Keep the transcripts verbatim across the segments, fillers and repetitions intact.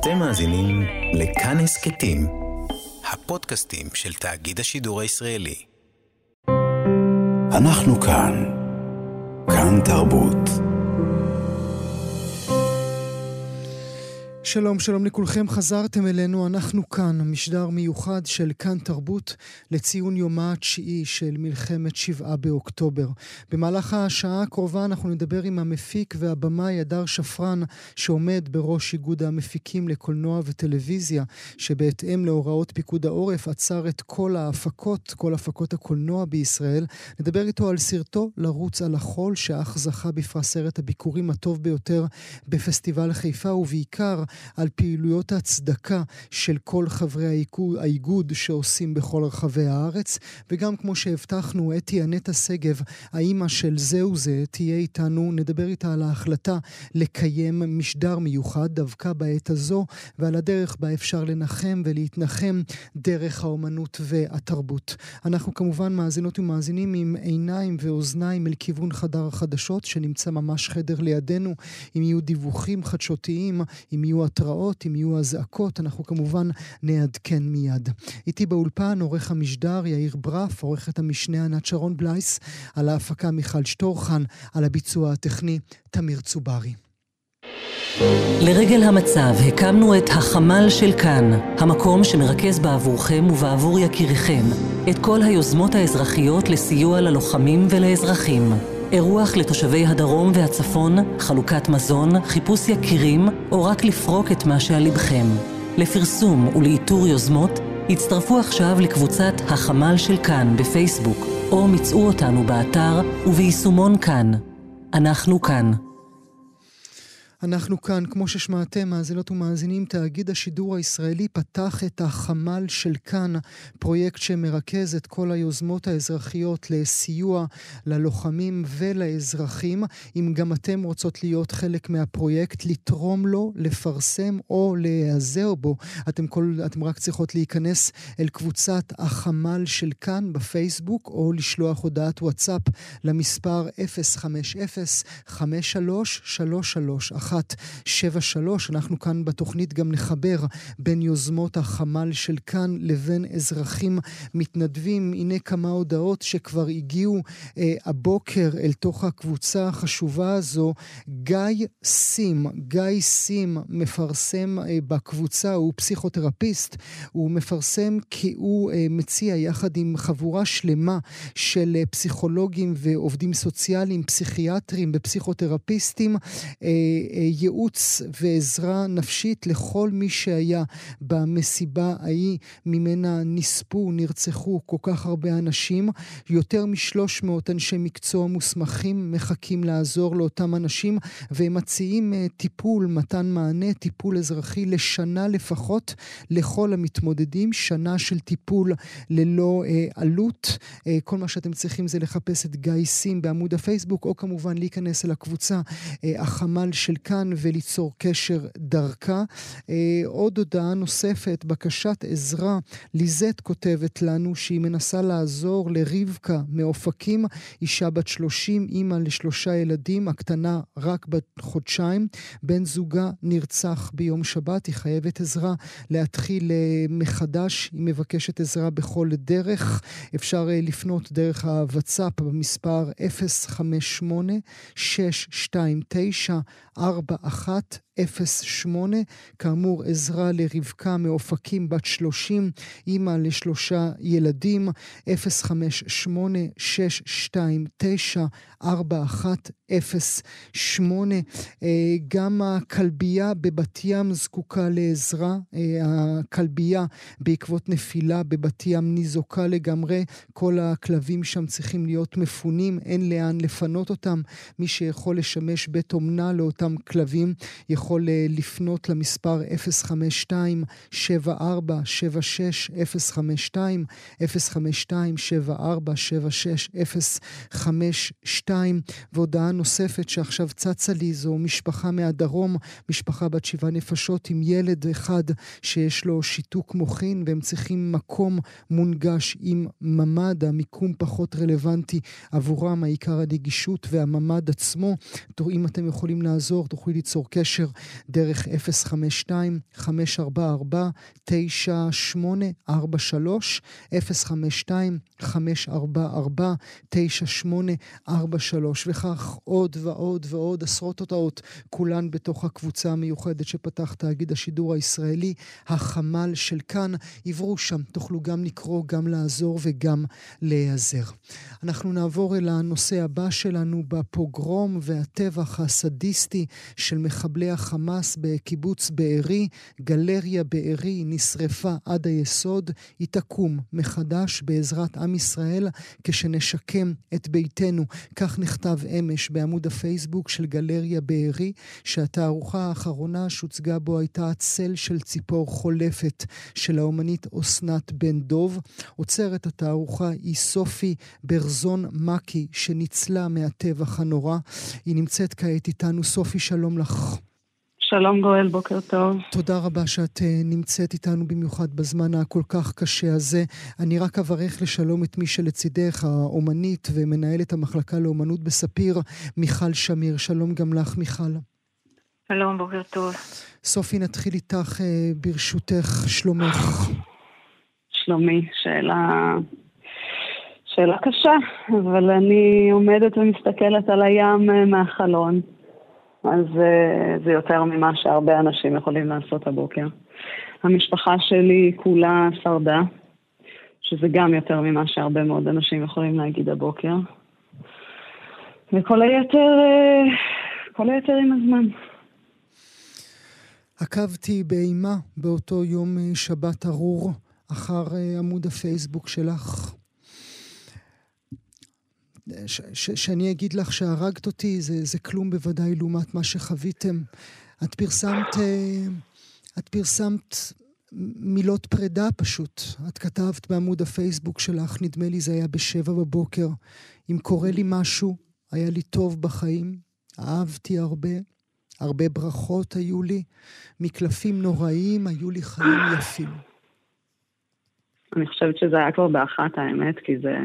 אתם מאזינים לכאן הסכתים, הפודקאסטים של תאגיד השידור הישראלי. אנחנו כאן, כאן תרבות. שלום, שלום לכולכם, חזרתם אלינו, אנחנו כאן, משדר מיוחד של כאן תרבות לציון יומה התשיעי של מלחמת שבעה באוקטובר. במהלך השעה הקרובה אנחנו נדבר עם המפיק והבמאי הדר שפרן, שעומד בראש איגוד המפיקים לקולנוע וטלוויזיה, שבהתאם להוראות פיקוד העורף עצר את כל ההפקות, כל הפקות הקולנוע בישראל. נדבר איתו על סרטו לרוץ על החול, שאך זכה בפרס סרט הביקורים הטוב ביותר בפסטיבל חיפה, ובעיקר על פעילויות הצדקה של כל חברי האיגוד שעושים בכל רחבי הארץ. וגם כמו שהבטחנו, אתי אנטה שגב, האימא של זהו זה, תהיה איתנו. נדבר איתה על ההחלטה לקיים משדר מיוחד דווקא בעת הזו, ועל הדרך בה אפשר לנחם ולהתנחם דרך האומנות והתרבות. אנחנו כמובן מאזינות ומאזינים עם עיניים ואוזניים אל כיוון חדר החדשות שנמצא ממש חדר לידינו. אם יהיו דיווחים חדשותיים, אם יהיו התראות, אם יהיו הזעקות, אנחנו כמובן נעדכן מיד. איתי באולפן עורך המשדר יאיר ברף, עורכת המשנה ענת שרון בלייס, על ההפקה מיכל שטורחן, על הביצוע הטכני תמיר צוברי. לרגל המצב הקמנו את החמ"ל של כאן, המקום שמרכז בעבורכם ובעבור יקיריכם את כל היוזמות האזרחיות לסיוע ללוחמים ולאזרחים. אירוח לתושבי הדרום והצפון, חלוקת מזון, חיפוש יקירים, או רק לפרוק את מה שעל לבכם. לפרסום ולאיתור יוזמות, הצטרפו עכשיו לקבוצת החמ"ל של כאן בפייסבוק, או מצאו אותנו באתר וביישומון כאן. אנחנו כאן. אנחנו כאן, כמו ששמעתם, מאזינות ומאזינים, תאגיד השידור הישראלי פתח את החמ"ל של כאן, פרויקט שמרכז את כל היוזמות האזרחיות לסיוע ללוחמים ולאזרחים. אם גם אתם רוצות להיות חלק מהפרויקט, לתרום לו, לפרסם או להיעזר בו, אתם, כל, אתם רק צריכות להיכנס אל קבוצת החמ"ל של כאן בפייסבוק, או לשלוח הודעת וואטסאפ למספר אפס חמש אפס חמש שלוש שלוש שלוש אחת שבע שלוש. אנחנו כאן בתוכנית גם נחבר בין יוזמות החמ"ל של כאן לבין אזרחים מתנדבים. הנה כמה הודעות שכבר הגיעו אה, הבוקר אל תוך הקבוצה החשובה הזו. גיא סים, גיא סים מפרסם אה, בקבוצה, הוא פסיכותרפיסט, הוא מפרסם כי הוא אה, מציע יחד עם חבורה שלמה של אה, פסיכולוגים ועובדים סוציאליים, פסיכיאטרים ופסיכותרפיסטים, אה, ייעוץ ועזרה נפשית לכל מי שהיה במסיבה ההיא ממנה נספו, נרצחו כל כך הרבה אנשים. יותר משלוש מאות אנשי מקצוע מוסמכים מחכים לעזור לאותם אנשים, והם מציעים טיפול, מתן מענה, טיפול אזרחי לשנה לפחות לכל המתמודדים, שנה של טיפול ללא אה, עלות. אה, כל מה שאתם צריכים זה לחפש את גיא סים בעמוד הפייסבוק, או כמובן להיכנס אל הקבוצה אה, החמ"ל של כאן וליצור קשר דרכה. אה, עוד הודעה נוספת, בקשת עזרה. ליזט כותבת לנו שהיא מנסה לעזור לרבקה מאופקים, אישה בת שלושים, אימא לשלושה ילדים, הקטנה רק בת חודשיים, בן זוגה נרצח ביום שבת, היא חייבת עזרה להתחיל אה, מחדש, היא מבקשת עזרה בכל דרך. אפשר אה, לפנות דרך הוואטסאפ במספר אפס חמש שמונה שש שתיים תשע ארבע אחת אפס שמונה. כאמור, עזרה לרבקה מאופקים בת שלושים, אימא לשלושה ילדים. אפס חמש שמונה שש שתיים תשע ארבע אחת אפס שמונה. גם הכלבייה בבת ים זקוקה לעזרה. הכלבייה בעקבות נפילה בבת ים ניזוקה לגמרי. כל הכלבים שם צריכים להיות מפונים, אין לאן לפנות אותם. מי שיכול לשמש בית אומנה לאותם כלבים יכול לפנות למספר אפס חמש שתיים שבע ארבע שבע שש אפס חמש שתיים, אפס חמש שתיים שבע ארבע שבע שש אפס חמש שתיים. והודעה נוספת שעכשיו צצה לי, זו משפחה מהדרום, משפחה בת שבעה נפשות עם ילד אחד שיש לו שיתוק מוחין, והם צריכים מקום מונגש עם ממד. המיקום פחות רלוונטי עבורם, העיקר הנגישות והממד עצמו. אם אתם יכולים לעזור, תוכלו ליצור קשר דרך אפס חמש שתיים חמש ארבע ארבע תשע שמונה ארבע שלוש, אפס חמש שתיים חמש ארבע ארבע תשע שמונה ארבע שלוש, וכך עוד ועוד ועוד עשרות הודעות, כולן בתוך הקבוצה המיוחדת שפתח תאגיד השידור הישראלי, החמ"ל של כאן. עברו שם, תוכלו גם לקרוא, גם לעזור וגם להיעזר. אנחנו נעבור אל הנושא הבא שלנו, בפוגרום והטבח הסדיסטי של מחבלי החמאס בקיבוץ בארי. גלריה בארי נשרפה עד היסוד, היא תקום מחדש בעזרת עם ישראל כשנשקם את ביתנו. כך נכתב אמש בעמוד הפייסבוק של גלריה בארי, שהתערוכה האחרונה שהוצגה בו הייתה הצל של ציפור חולפת של האומנית אסנת בן דוב. עוצרת התערוכה היא סופי ברזון מקי, שניצלה מהטבח הנורא. היא נמצאת כעת איתנו. סופי, שלום לך. שלום גואל, בוקר טוב. תודה רבה שאת נמצאת איתנו במיוחד בזמן הכל כך קשה הזה. אני רק אברך לשלום את מי שלצידך, האומנית ומנהלת המחלקה לאומנות בספיר, מיכל שמיר. שלום גם לך, מיכל. שלום, בוקר טוב. סופי, נתחיל איתך ברשותך. שלומך. שלומי, שאלה... שאלה קשה, אבל אני עומדת ומסתכלת על הים מהחלון. אז זה יותר ממה שהרבה אנשים יכולים לעשות הבוקר. המשפחה שלי כולה שרדה, שזה גם יותר ממה שהרבה מאוד אנשים יכולים להגיד הבוקר. וכל היתר, כל היתר עם הזמן. עקבתי באימה באותו יום שבת ארור אחר עמוד הפייסבוק שלך. ש- ש- שאני אגיד לך שהרגת אותי, זה, זה כלום בוודאי לעומת מה שחוויתם. את פרסמת, את פרסמת מילות פרידה פשוט. את כתבת בעמוד הפייסבוק שלך, נדמה לי זה היה בשבע בבוקר, אם קורה לי משהו, היה לי טוב בחיים, אהבתי הרבה, הרבה ברכות היו לי, מקלפים נוראיים, היו לי חיים יפים. אני חושבת שזה היה כבר באחת האמת, כי זה...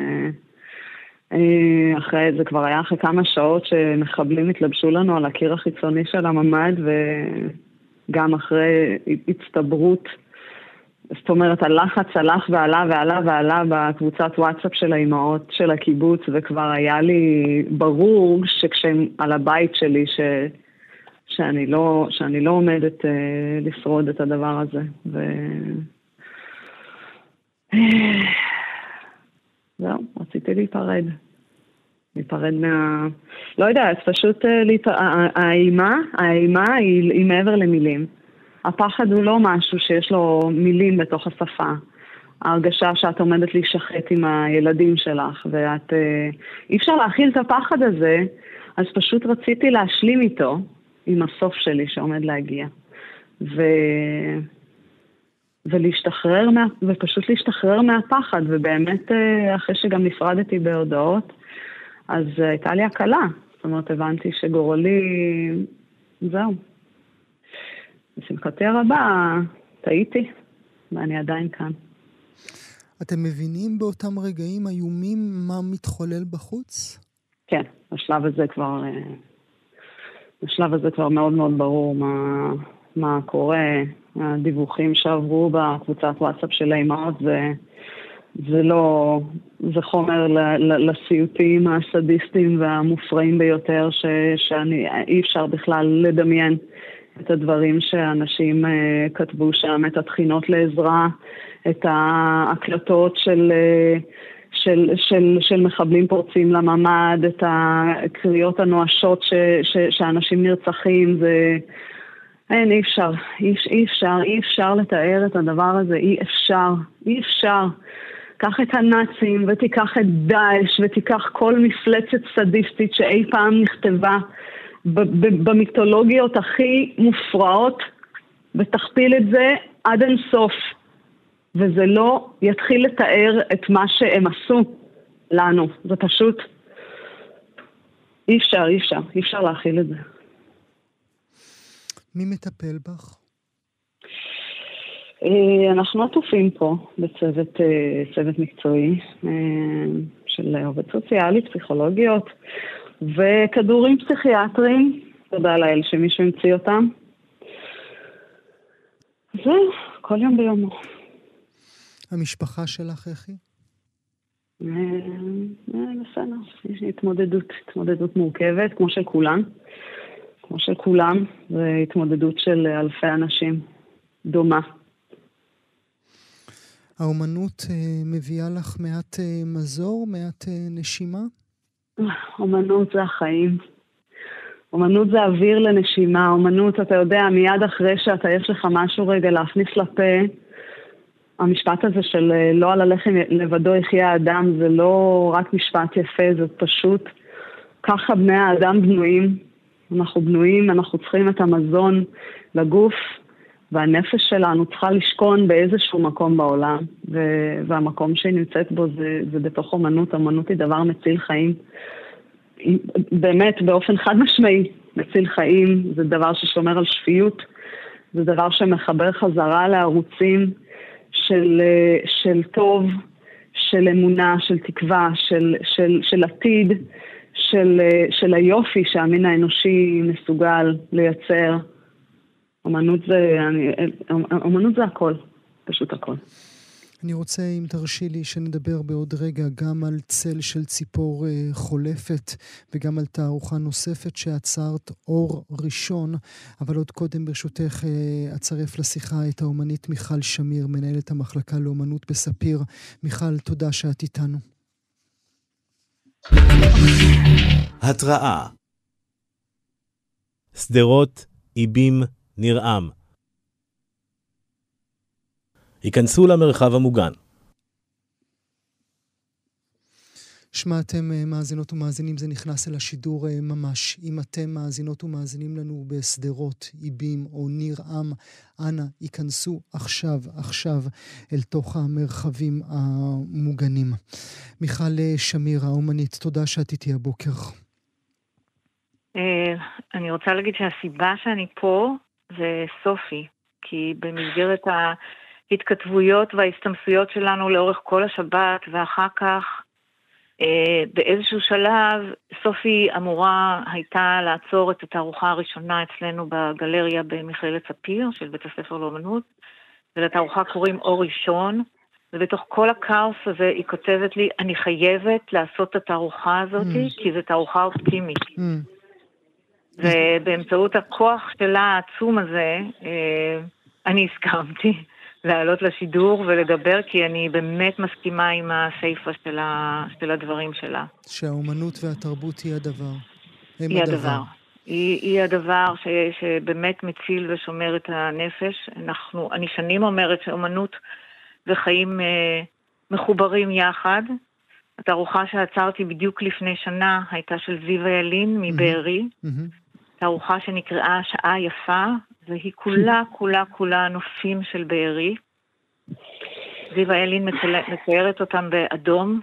אחרי, זה כבר היה אחרי כמה שעות שמחבלים התלבשו לנו על הקיר החיצוני של הממד, וגם אחרי הצטברות, זאת אומרת, הלחץ הלך ועלה ועלה ועלה בקבוצת וואטסאפ של האימהות של הקיבוץ, וכבר היה לי ברור שכשהם על הבית שלי, ש, שאני לא, שאני לא עומדת אה, לשרוד את הדבר הזה. ו... זהו, רציתי להיפרד. להיפרד מה... לא יודעת, פשוט האימה, האימה היא, היא מעבר למילים. הפחד הוא לא משהו שיש לו מילים בתוך השפה. ההרגשה שאת עומדת להישחט עם הילדים שלך, ואת... אי אפשר להכיל את הפחד הזה, אז פשוט רציתי להשלים איתו, עם הסוף שלי שעומד להגיע. ו... ולהשתחרר, מה... ופשוט להשתחרר מהפחד, ובאמת אחרי שגם נפרדתי בהודעות, אז הייתה לי הקלה. זאת אומרת, הבנתי שגורלי, זהו. בשמחתי הרבה, טעיתי, ואני עדיין כאן. אתם מבינים באותם רגעים איומים מה מתחולל בחוץ? כן, בשלב הזה כבר, בשלב הזה כבר מאוד מאוד ברור מה, מה קורה. הדיווחים שעברו בקבוצת וואטסאפ של האימהות, זה, זה לא, זה חומר ל, ל, לסיוטים הסדיסטיים והמופרעים ביותר, ש, שאני, אי אפשר בכלל לדמיין את הדברים שאנשים uh, כתבו שם, את התחינות לעזרה, את ההקלטות של, uh, של, של, של מחבלים פורצים לממד, את הקריאות הנואשות ש, ש, שאנשים נרצחים, זה... אין, אי אפשר, אי, אי אפשר, אי אפשר לתאר את הדבר הזה, אי אפשר, אי אפשר. קח את הנאצים ותיקח את דאעש ותיקח כל מפלצת סדיסטית שאי פעם נכתבה במיתולוגיות הכי מופרעות, ותכפיל את זה עד אין סוף. וזה לא יתחיל לתאר את מה שהם עשו לנו. זה פשוט אי אפשר, אי אפשר, אי אפשר להכיל את זה. מי מטפל בך? אנחנו עטופים פה בצוות צוות מקצועי של עובד סוציאלי, פסיכולוגיות וכדורים פסיכיאטריים. תודה לאל שמישהו המציא אותם. זה כל יום ביומו. המשפחה שלך, איך היא? בסדר, יש התמודדות, התמודדות מורכבת, כמו של כולם. כמו של כולם, זה התמודדות של אלפי אנשים, דומה. האומנות מביאה לך מעט מזור, מעט נשימה? אומנות זה החיים. אומנות זה אוויר לנשימה. אומנות, אתה יודע, מיד אחרי שאתה יש לך משהו רגע להכניס לפה, המשפט הזה של לא על הלחם לבדו יחיה האדם, זה לא רק משפט יפה, זה פשוט ככה בני האדם בנויים. אנחנו בנויים, אנחנו צריכים את המזון לגוף, והנפש שלנו צריכה לשכון באיזשהו מקום בעולם, והמקום שהיא נמצאת בו זה, זה בתוך אומנות. אומנות היא דבר מציל חיים. באמת, באופן חד משמעי, מציל חיים, זה דבר ששומר על שפיות, זה דבר שמחבר חזרה לערוצים של, של טוב, של אמונה, של תקווה, של, של, של עתיד, של, של היופי שהמין האנושי מסוגל לייצר. אומנות זה, אני, אומנות זה הכל, פשוט הכל. אני רוצה, אם תרשי לי, שנדבר בעוד רגע גם על צל של ציפור חולפת, וגם על תערוכה נוספת שעצרת, אור ראשון, אבל עוד קודם ברשותך אצרף לשיחה את האומנית מיכל שמיר, מנהלת המחלקה לאומנות בספיר. מיכל, תודה שאת איתנו. התראה. סדרות, איבים, נרעם. היכנסו למרחב המוגן. שמעתם מאזינות ומאזינים, זה נכנס אל השידור ממש. אם אתם מאזינות ומאזינים לנו בסדרות, איבים או נרעם, אנא, היכנסו עכשיו, עכשיו אל תוך המרחבים המוגנים. מיכל שמיר, האומנית, תודה שאת איתי הבוקר. אני רוצה להגיד שהסיבה שאני פה זה סופי, כי במסגרת ההתכתבויות וההסתמסויות שלנו לאורך כל השבת, ואחר כך באיזשהו שלב סופי אמורה הייתה לעצור את התערוכה הראשונה אצלנו בגלריה במכללת ספיר של בית הספר לאומנות, ולתערוכה קוראים אור ראשון, ובתוך כל הקאוס הזה היא כותבת לי, אני חייבת לעשות את התערוכה הזאת, mm. כי זו תערוכה אופטימית. Mm. ובאמצעות הכוח שלה העצום הזה, אני הסכמתי לעלות לשידור ולדבר, כי אני באמת מסכימה עם הסייפה של, ה, של הדברים שלה. שהאומנות והתרבות היא הדבר. היא הדבר. הדבר. היא, היא הדבר ש, שבאמת מציל ושומר את הנפש. אנחנו, אני שנים אומרת שאומנות וחיים אה, מחוברים יחד. התערוכה שעצרתי בדיוק לפני שנה הייתה של זיו ילין מבארי. Mm-hmm. תערוכה שנקראה שעה יפה, והיא כולה, כולה, כולה נופים של בארי. זיו ילין מציירת אותם באדום,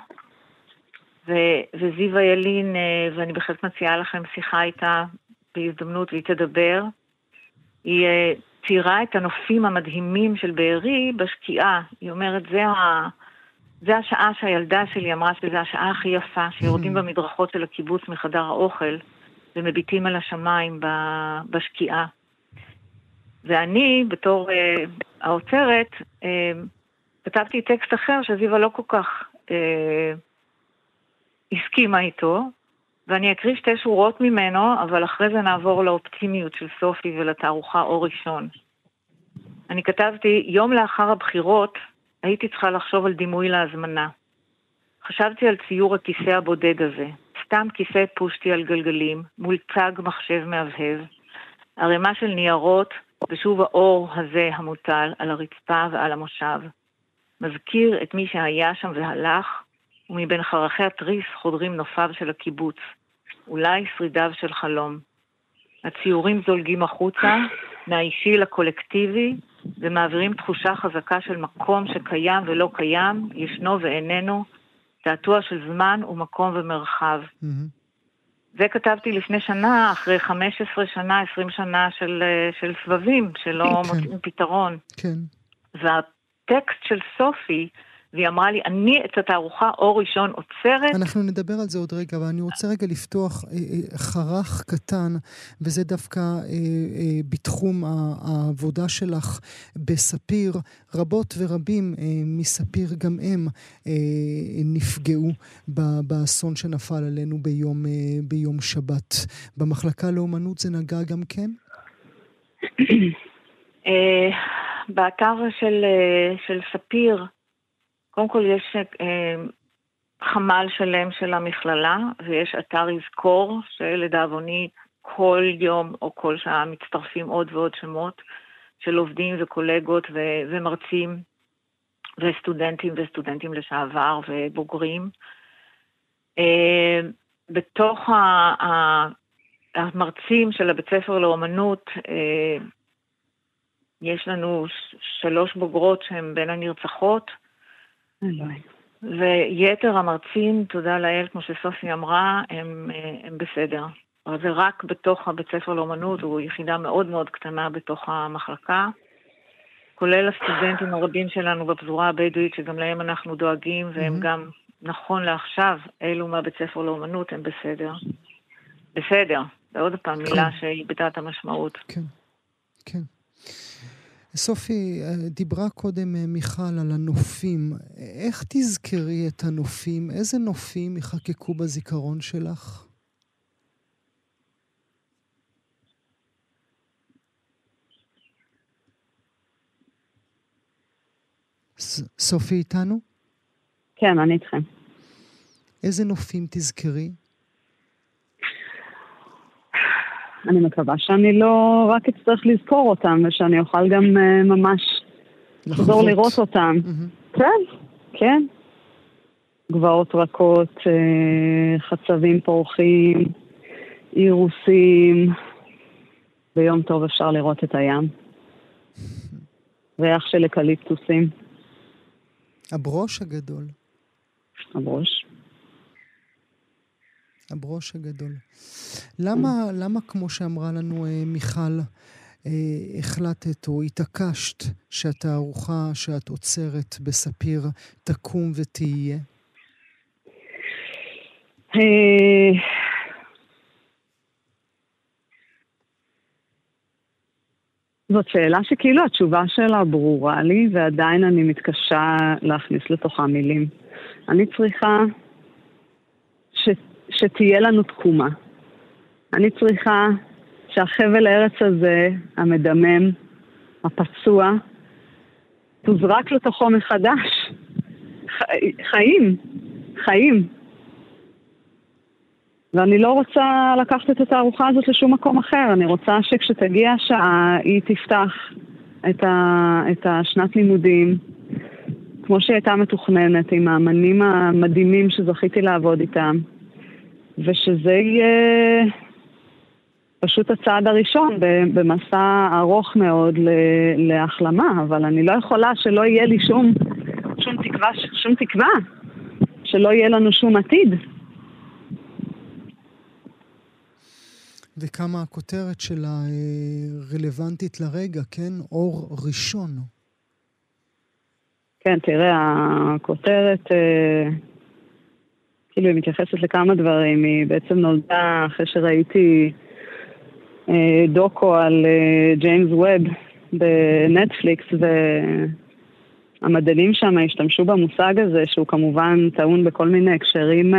ו- וזיו ילין, ואני בהחלט מציעה לכם שיחה איתה בהזדמנות והיא תדבר, היא ציירה את הנופים המדהימים של בארי בשקיעה. היא אומרת, זה, ה- זה השעה שהילדה שלי אמרה שזו השעה הכי יפה, שיורדים במדרכות של הקיבוץ מחדר האוכל, ומביטים על השמיים בשקיעה. ואני, בתור אה, האוצרת, אה, כתבתי טקסט אחר שזיווה לא כל כך אה, הסכימה איתו, ואני אקריא שתי שורות ממנו, אבל אחרי זה נעבור לאופטימיות של סופי ולתערוכה אור ראשון. אני כתבתי, יום לאחר הבחירות, הייתי צריכה לחשוב על דימוי להזמנה. חשבתי על ציור הכיסא הבודד הזה. סתם כיסא פושטי על גלגלים, מול צג מחשב מהבהב, ערימה של ניירות, ושוב האור הזה המוטל על הרצפה ועל המושב. מזכיר את מי שהיה שם והלך, ומבין חרכי התריס חודרים נופיו של הקיבוץ, אולי שרידיו של חלום. הציורים זולגים החוצה, מהאישי לקולקטיבי, ומעבירים תחושה חזקה של מקום שקיים ולא קיים, ישנו ואיננו, תעתוע של זמן ומקום ומרחב. Mm-hmm. זה כתבתי לפני שנה, אחרי חמש עשרה שנה, עשרים שנה של, של סבבים, שלא כן. מוצאים פתרון. כן. והטקסט של סופי והיא אמרה לי, אני את התערוכה אור ראשון עוצרת. אנחנו נדבר על זה עוד רגע, אבל אני רוצה רגע לפתוח אה, אה, חרך קטן, וזה דווקא אה, אה, בתחום העבודה שלך בספיר. רבות ורבים אה, מספיר גם הם אה, נפגעו באסון שנפל עלינו ביום, אה, ביום שבת. במחלקה לאומנות זה נגע גם כן? באתר של, של ספיר, קודם כל יש חמ"ל שלם של המכללה, ויש אתר יזכור, שלדאבוני כל יום או כל שעה מצטרפים עוד ועוד שמות של עובדים וקולגות ו- ומרצים וסטודנטים וסטודנטים לשעבר ובוגרים. בתוך ה- המרצים של הבית ספר לאומנות, יש לנו שלוש בוגרות שהן בין הנרצחות, ויתר המרצים, תודה לאל, כמו שסופי אמרה, הם, הם בסדר. אבל זה רק בתוך הבית ספר לאומנות, הוא יחידה מאוד מאוד קטנה בתוך המחלקה, כולל הסטודנטים הרבים שלנו בפזורה הבדואית, שגם להם אנחנו דואגים, והם mm-hmm. גם, נכון לעכשיו, אלו מהבית ספר לאומנות, הם בסדר. בסדר. ועוד פעם, מילה שהיא בתת המשמעות. כן, כן. סופי, דיברה קודם מיכל על הנופים. איך תזכרי את הנופים? איזה נופים יחקקו בזיכרון שלך? סופי איתנו? כן, אני איתכם. איזה נופים תזכרי? אני מקווה שאני לא רק אצטרך לזכור אותם, ושאני אוכל גם uh, ממש לחזור לראות אותם. Mm-hmm. כן, כן. גבעות רכות, uh, חצבים פורחים, אירוסים. ביום טוב אפשר לראות את הים. ריח של אקליפטוסים. הברוש הגדול. הברוש. הברוש הגדול. למה, למה כמו שאמרה לנו אה, מיכל, אה, החלטת או התעקשת שהתערוכה שאת עוצרת בספיר תקום ותהיה? זאת שאלה שכאילו התשובה שלה ברורה לי, ועדיין אני מתקשה להכניס לתוכה מילים. אני צריכה ש... שתהיה לנו תקומה. אני צריכה שהחבל הארץ הזה, המדמם, הפצוע, תוזרק לתוכו מחדש. חיים, חיים. ואני לא רוצה לקחת את התערוכה הזאת לשום מקום אחר. אני רוצה שכשתגיע השעה היא תפתח את, ה... את השנת לימודים, כמו שהיא הייתה מתוכננת, עם האמנים המדהימים שזכיתי לעבוד איתם. ושזה יהיה פשוט הצעד הראשון במסע ארוך מאוד להחלמה, אבל אני לא יכולה שלא יהיה לי שום, שום תקווה, שום תקווה, שלא יהיה לנו שום עתיד. וכמה הכותרת שלה רלוונטית לרגע, כן? אור ראשון. כן, תראה, הכותרת כאילו היא מתייחסת לכמה דברים. היא בעצם נולדה אחרי שראיתי דוקו על ג'יימס ווב בנטפליקס, והמדענים שם השתמשו במושג הזה, שהוא כמובן טעון בכל מיני הקשרים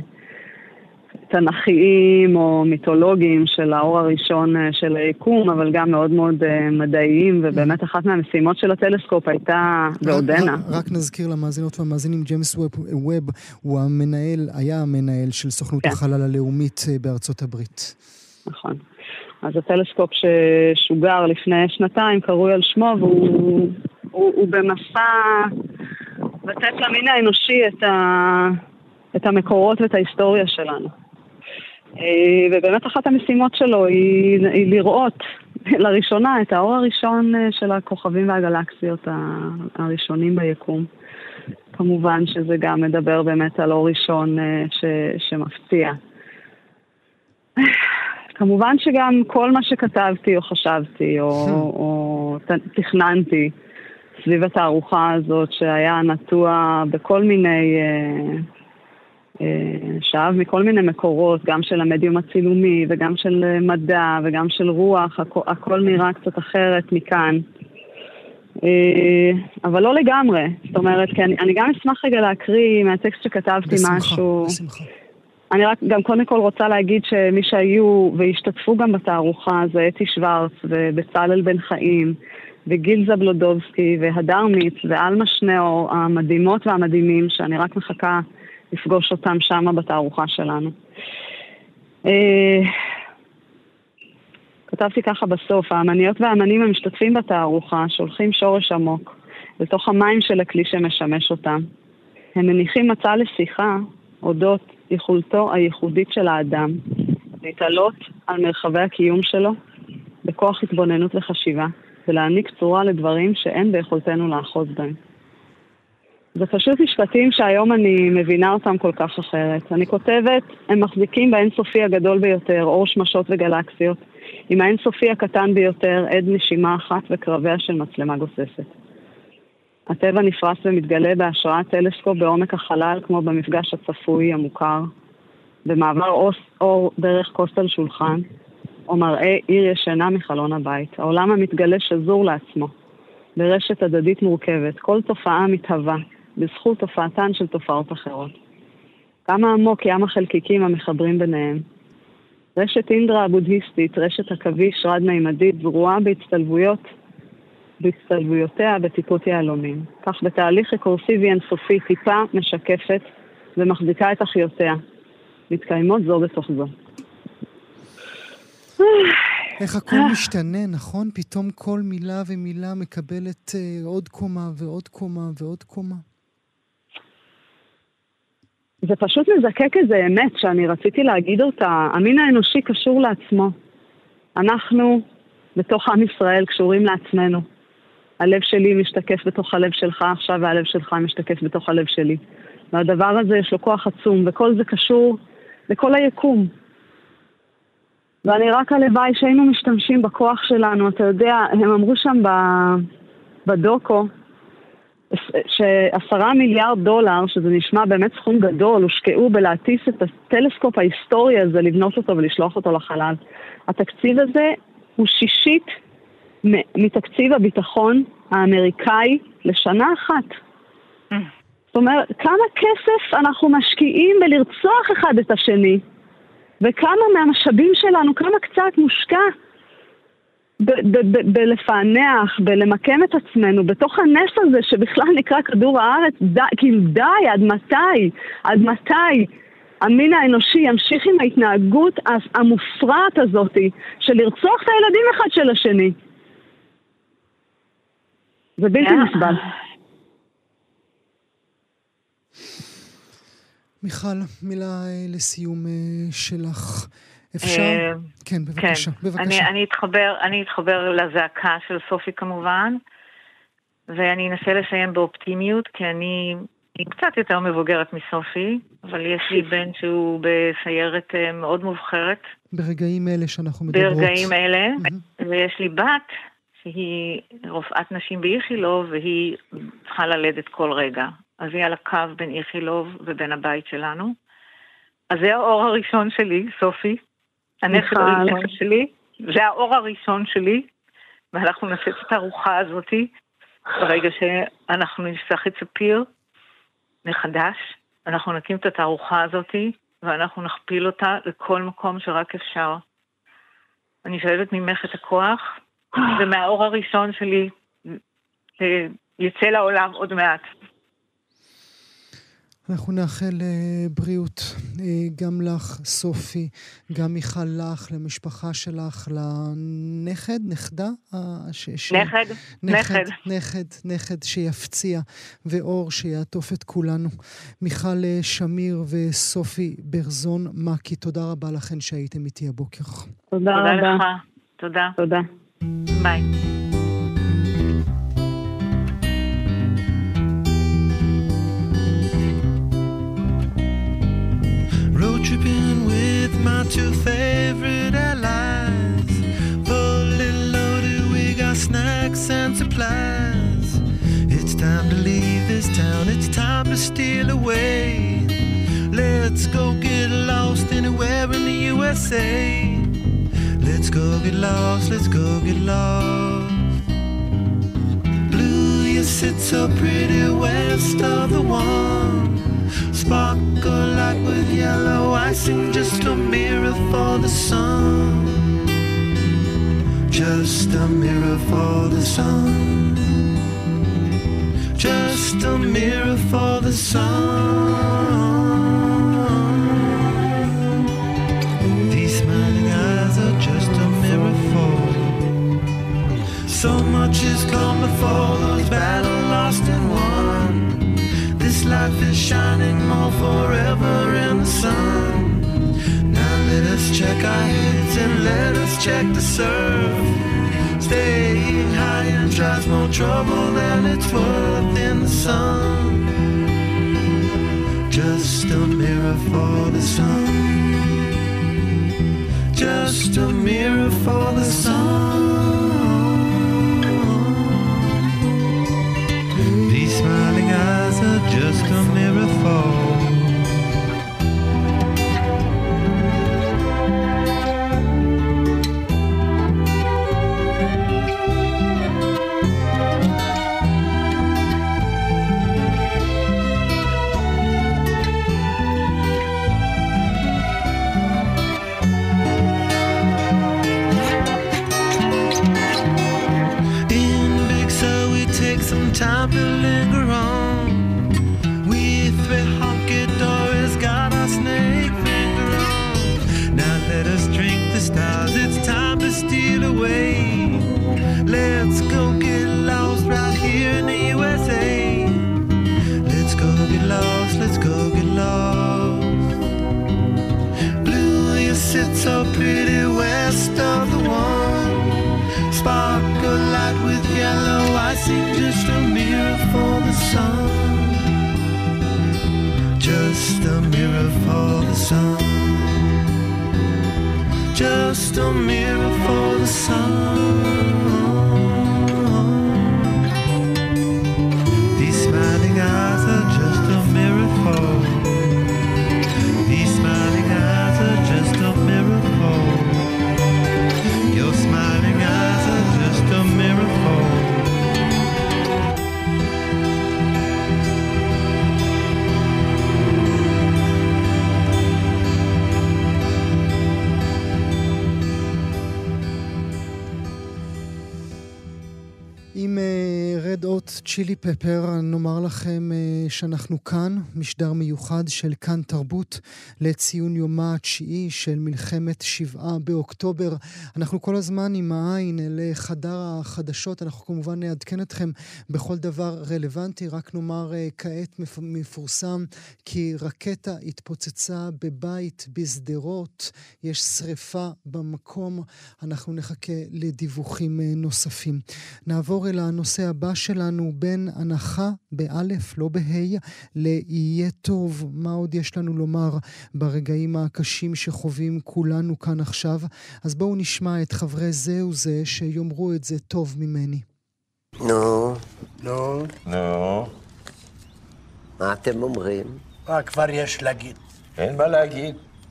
תנכיים או מיתולוגיים של האור הראשון של היקום, אבל גם מאוד מאוד מדעיים, ובאמת אחת מהמשימות של הטלסקופ הייתה ועודנה. רק, רק נזכיר למאזינות והמאזינים, ג'יימס ווב, ווב הוא המנהל, היה המנהל של סוכנות כן. החלל הלאומית בארצות הברית. נכון. אז הטלסקופ ששוגר לפני שנתיים קרוי על שמו, והוא הוא, הוא במסע לתת למין האנושי את, ה, את המקורות ואת ההיסטוריה שלנו. ובאמת אחת המשימות שלו היא, היא לראות לראשונה את האור הראשון של הכוכבים והגלקסיות הראשונים ביקום. כמובן שזה גם מדבר באמת על אור ראשון ש, שמפציע. כמובן שגם כל מה שכתבתי או חשבתי או, או תכננתי סביב התערוכה הזאת, שהיה נטוע בכל מיני, שאב מכל מיני מקורות, גם של המדיום הצילומי וגם של מדע וגם של רוח, הכל, הכל נראה קצת אחרת מכאן. אבל לא לגמרי, זאת אומרת, כי אני, אני גם אשמח רגע להקריא מהטקסט שכתבתי בשמחה, משהו. בשמחה. אני רק גם קודם כל רוצה להגיד שמי שהיו והשתתפו גם בתערוכה זה אתי שוורץ ובצלאל בן חיים וגיל זבלודובסקי והדר מיץ ואלמה שניאור המדהימות והמדהימים שאני רק מחכה לפגוש אותם שם בתערוכה שלנו. כתבתי ככה בסוף, האמניות והאמנים המשתתפים בתערוכה שולחים שורש עמוק לתוך המים של הכלי שמשמש אותם. הם מניחים מצע לשיחה אודות יכולתו הייחודית של האדם, להתעלות על מרחבי הקיום שלו בכוח התבוננות וחשיבה, ולהעניק צורה לדברים שאין ביכולתנו לאחוז בהם. זה פשוט משפטים שהיום אני מבינה אותם כל כך אחרת. אני כותבת, הם מחזיקים באינסופי הגדול ביותר, אור שמשות וגלקסיות, עם האינסופי הקטן ביותר, עד נשימה אחת וקרביה של מצלמה גוססת. הטבע נפרס ומתגלה בהשראת טלסקופ בעומק החלל, כמו במפגש הצפוי המוכר, במעבר אור, אור דרך כוס על שולחן, או מראה עיר ישנה מחלון הבית. העולם המתגלה שזור לעצמו, ברשת הדדית מורכבת, כל תופעה מתהווה, בזכות תופעתן של תופעות אחרות. כמה עמוק ים החלקיקים המחברים ביניהם. רשת אינדרה הבודהיסטית, רשת עכביש רד-מימדית, זרועה בהצטלבויות, בהצטלבויותיה בטיפות יהלומים. כך בתהליך רקורסיבי אינסופי טיפה משקפת ומחזיקה את אחיותיה. מתקיימות זו בתוך זו. איך הכל משתנה, נכון? פתאום כל מילה ומילה מקבלת uh, עוד קומה ועוד קומה ועוד קומה. זה פשוט מזקק איזה אמת שאני רציתי להגיד אותה. המין האנושי קשור לעצמו. אנחנו בתוך עם ישראל קשורים לעצמנו. הלב שלי משתקף בתוך הלב שלך עכשיו, והלב שלך משתקף בתוך הלב שלי. והדבר הזה יש לו כוח עצום, וכל זה קשור לכל היקום. ואני רק הלוואי שהיינו משתמשים בכוח שלנו. אתה יודע, הם אמרו שם בדוקו, שעשרה מיליארד דולר, שזה נשמע באמת סכום גדול, הושקעו בלהטיס את הטלסקופ ההיסטורי הזה, לבנות אותו ולשלוח אותו לחלל. התקציב הזה הוא שישית מתקציב הביטחון האמריקאי לשנה אחת. זאת אומרת, כמה כסף אנחנו משקיעים בלרצוח אחד את השני, וכמה מהמשאבים שלנו, כמה קצת מושקע בלפענח, בלמקם את עצמנו, בתוך הנס הזה שבכלל נקרא כדור הארץ, כאילו די, עד מתי, עד מתי המין האנושי ימשיך עם ההתנהגות המופרעת הזאת של לרצוח את הילדים אחד של השני. זה בלתי נסבל. מיכל, מילה לסיום שלך. אפשר? כן, בבקשה. אני אתחבר, אני אתחבר לזעקה של סופי כמובן, ואני אנסה לסיים באופטימיות, כי אני קצת יותר מבוגרת מסופי, אבל יש לי בן שהוא בסיירת מאוד מובחרת. ברגעים אלה שאנחנו מדברות. ברגעים אלה, ויש לי בת שהיא רופאת נשים באיכילוב, והיא צריכה ללדת כל רגע. אז היא על הקו בין איכילוב ובין הבית שלנו. אז זה האור הראשון שלי, סופי. הנכד הראשון שלי. זה האור הראשון שלי. ואנחנו נעשה את הארוחה הזאת. ברגע שאנחנו נפתח את ספיר מחדש, אנחנו נקים את התערוכה הזאת, ואנחנו נכפיל אותה לכל מקום שרק אפשר. אני שואבת ממך את הכוח, ומהאור הראשון שלי יצא לעולם עוד מעט. אנחנו נאחל בריאות גם לך, סופי, גם מיכל לך, למשפחה שלך, לנכד, נכדה? ש... נכד, נכד. נכד, נכד שיפציע, ואור שיעטוף את כולנו. מיכל שמיר וסופי ברזון מקי, תודה רבה לכן שהייתם איתי הבוקר. תודה רבה. תודה לך. תודה. תודה. ביי. Road tripping with my two favorite allies. Fully loaded, we got snacks and supplies. time to leave this town, it's time to steal away. Let's go get lost anywhere in the U S A. Let's go get lost, let's go get lost. Blue, you sit so pretty west of the one. Sparkle like with yellow icing, just a mirror for the sun. Just a mirror for the sun. Just a mirror for the sun. These smiling eyes are just a mirror for. So much has come before, those battles lost and won. This life is shining more forever in the sun. Now let us check our heads and let us check the surf. Staying high and tries more trouble than it's worth in the sun. Just a mirror for the sun. Just a mirror for the sun. These smiling eyes are just a mirror for. Time to linger on. We three honky doors got our snake finger on. Now let us drink the stars, it's time to steal away. Let's go get lost right here in the U S A. Let's go get lost, let's go get lost. Blue, you sit so pretty west of the one. Sparkle light with yellow icing, just a mirror for the sun. Just a mirror for the sun. Just a mirror for the sun. These smiling eyes are just a mirror for. These smiling eyes are just a mirror for. Your smiling eyes are just a mirror for. עם רד הוט צ'ילי פפר נאמר לכם שאנחנו כאן, משדר מיוחד של כאן תרבות לציון יומה התשיעי של מלחמת שבעה באוקטובר. אנחנו כל הזמן עם העין לחדר החדשות, אנחנו כמובן נעדכן אתכם בכל דבר רלוונטי, רק נאמר כעת מפורסם כי רקטה התפוצצה בבית בסדרות, יש שריפה במקום, אנחנו נחכה לדיווחים נוספים. נעבור אל הנושא הבא שלנו, בין הנחה באלף, לא בהי, ליהיה טוב. מה עוד יש לנו לומר ברגעים הקשים שחווים כולנו כאן עכשיו? אז בואו נשמע את חברי זה וזה שיאמרו את זה טוב ממני. נו. נו. נו. מה אתם אומרים? מה כבר יש להגיד? אין מה להגיד.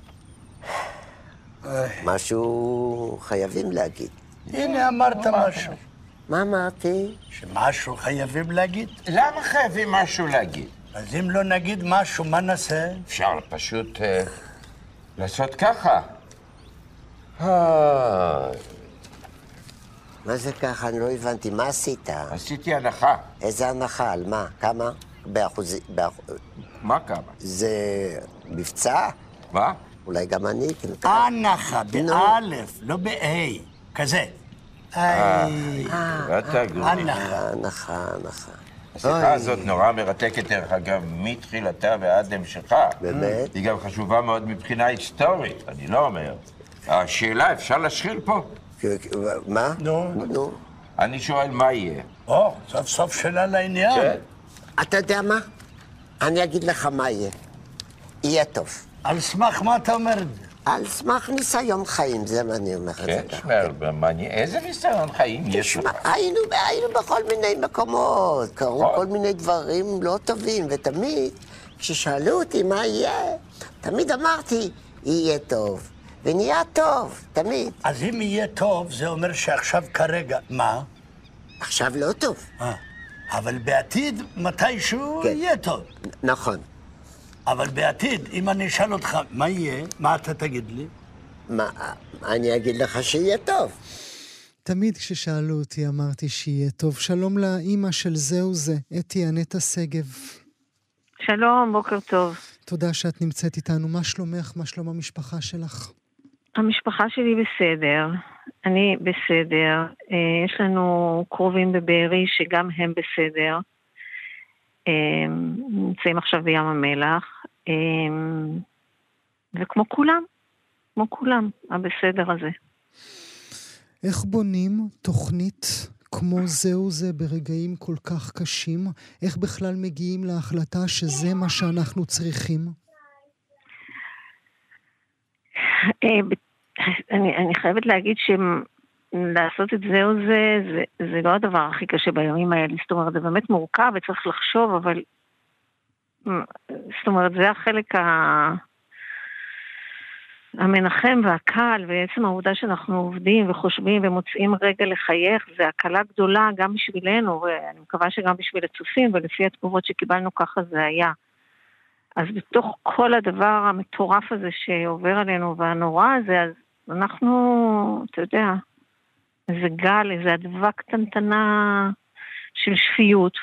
משהו חייבים להגיד. הנה אמרת משהו. מה אמרתי? שמשהו חייבים להגיד. למה חייבים משהו להגיד? אז אם לא נגיד משהו, מה נעשה? אפשר פשוט אה, לעשות ככה. אה... מה זה ככה? אני לא הבנתי. מה עשית? עשיתי הנחה. איזה הנחה? על מה? כמה? באחוזי... באח... מה כמה? זה מבצע? מה? אולי גם אני... הנחה, באלף, לא ב-A. כזה. אה, הנחה, הנחה, הנחה. השיחה הזאת נורא מרתקת, דרך אגב, מתחילתה ועד המשכה. באמת? היא גם חשובה מאוד מבחינה היסטורית, אני לא אומר. השאלה, אפשר להשחיל פה? מה? נו. נו. אני שואל מה יהיה. או, סוף סוף שאלה לעניין. כן. אתה יודע מה? אני אגיד לך מה יהיה. יהיה טוב. על סמך מה אתה אומר את זה? על סמך ניסיון חיים, זה מה אני אומרת. כן, שמע, איזה ניסיון חיים יש לך? היינו, היינו בכל מיני מקומות, קרו כל מיני דברים לא טובים, ותמיד, כששאלו אותי מה יהיה, תמיד אמרתי, יהיה טוב, ונהיה טוב, תמיד. אז אם יהיה טוב, זה אומר שעכשיו כרגע, מה? עכשיו לא טוב. אה, אבל בעתיד, מתישהו כן. יהיה טוב. נכון. אבל בעתיד, אם אני אשאל אותך, מה יהיה? מה אתה תגיד לי? מה, אני אגיד לך שיהיה טוב. תמיד כששאלו אותי אמרתי שיהיה טוב. שלום לאמא של זהו זה, אתי אנטה שגב. שלום, בוקר טוב. תודה שאת נמצאת איתנו. מה שלומך? מה שלום המשפחה שלך? המשפחה שלי בסדר, אני בסדר. יש לנו קרובים בבארי שגם הם בסדר. נמצאים עכשיו בים המלח, וכמו כולם, כמו כולם, הבסדר הזה. איך בונים תוכנית כמו זהו זה ברגעים כל כך קשים? איך בכלל מגיעים להחלטה שזה מה שאנחנו צריכים? אני, אני חייבת להגיד שלעשות את זהו זה, זה, זה לא הדבר הכי קשה בימים האלה. זאת אומרת, זה באמת מורכב וצריך לחשוב, אבל זאת אומרת, זה החלק ה... המנחם והקל, ועצם העובדה שאנחנו עובדים וחושבים ומוצאים רגע לחייך, זה הקלה גדולה גם בשבילנו, ואני מקווה שגם בשביל הצופים, ולפי התגובות שקיבלנו ככה זה היה. אז בתוך כל הדבר המטורף הזה שעובר עלינו והנורא הזה, אז אנחנו, אתה יודע, איזה גל, איזה אדווה קטנטנה של שפיות.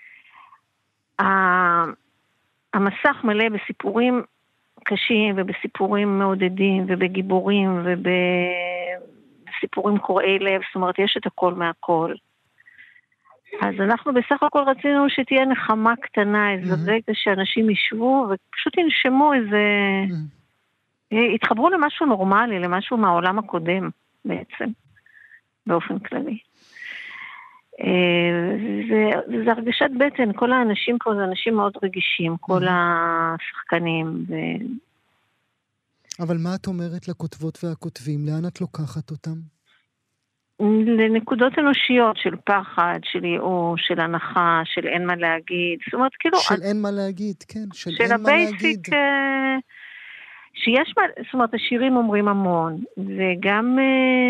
המסך מלא בסיפורים קשים ובסיפורים מעודדים ובגיבורים ובסיפורים קוראי לב, זאת אומרת יש את הכל מהכל. אז אנחנו בסך הכל רצינו שתהיה נחמה קטנה, איזה mm-hmm. רגע שאנשים ישבו ופשוט ינשמו איזה, mm-hmm. התחברו למשהו נורמלי, למשהו מהעולם הקודם בעצם, באופן כללי. זה, זה הרגשת בטן, כל האנשים פה זה אנשים מאוד רגישים, כל השחקנים. ו... אבל מה את אומרת לכותבות והכותבים? לאן את לוקחת אותם? לנקודות אנושיות של פחד, של ייאוש, של הנחה, של אין מה להגיד. זאת אומרת, כאילו... של אין מה להגיד, כן, של, של אין מה להגיד. של הבייסיק, שיש מה... זאת אומרת, השירים אומרים המון, וגם...